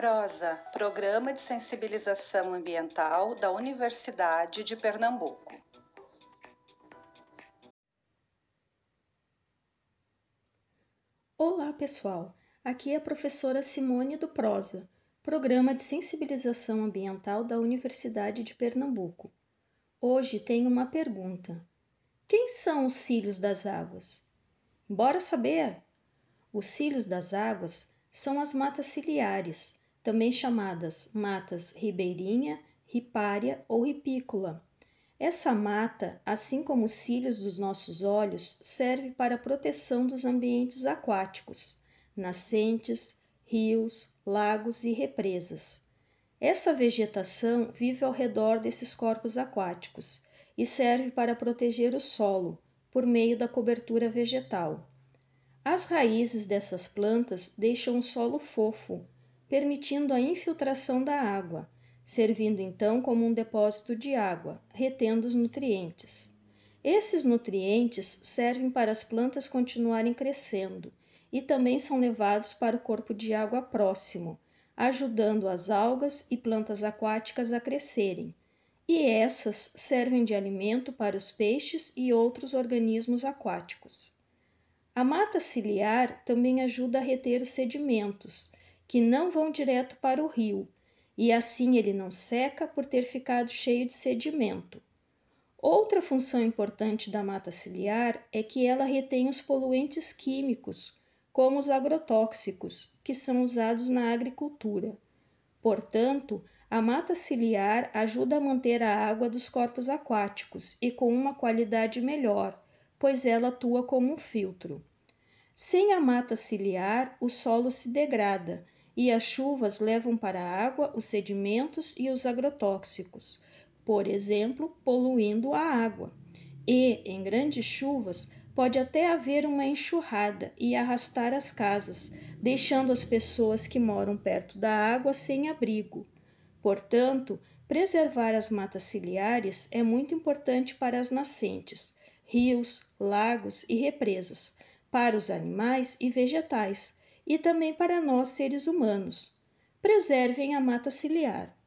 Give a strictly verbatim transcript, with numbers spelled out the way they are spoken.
Prosa, Programa de Sensibilização Ambiental da Universidade de Pernambuco. Olá, pessoal! Aqui é a professora Simone do Prosa, Programa de Sensibilização Ambiental da Universidade de Pernambuco. Hoje tenho uma pergunta. Quem são os cílios das águas? Bora saber! Os cílios das águas são as matas ciliares, também chamadas matas ribeirinha, ripária ou ripícola. Essa mata, assim como os cílios dos nossos olhos, serve para a proteção dos ambientes aquáticos, nascentes, rios, lagos e represas. Essa vegetação vive ao redor desses corpos aquáticos e serve para proteger o solo, por meio da cobertura vegetal. As raízes dessas plantas deixam o solo fofo, permitindo a infiltração da água, servindo então como um depósito de água, retendo os nutrientes. Esses nutrientes servem para as plantas continuarem crescendo e também são levados para o corpo de água próximo, ajudando as algas e plantas aquáticas a crescerem, e essas servem de alimento para os peixes e outros organismos aquáticos. A mata ciliar também ajuda a reter os sedimentos, que não vão direto para o rio, e assim ele não seca por ter ficado cheio de sedimento. Outra função importante da mata ciliar é que ela retém os poluentes químicos, como os agrotóxicos, que são usados na agricultura. Portanto, a mata ciliar ajuda a manter a água dos corpos aquáticos e com uma qualidade melhor, pois ela atua como um filtro. Sem a mata ciliar, o solo se degrada e as chuvas levam para a água os sedimentos e os agrotóxicos, por exemplo, poluindo a água. E, em grandes chuvas, pode até haver uma enxurrada e arrastar as casas, deixando as pessoas que moram perto da água sem abrigo. Portanto, preservar as matas ciliares é muito importante para as nascentes, rios, lagos e represas, para os animais e vegetais, e também para nós seres humanos. Preservem a mata ciliar.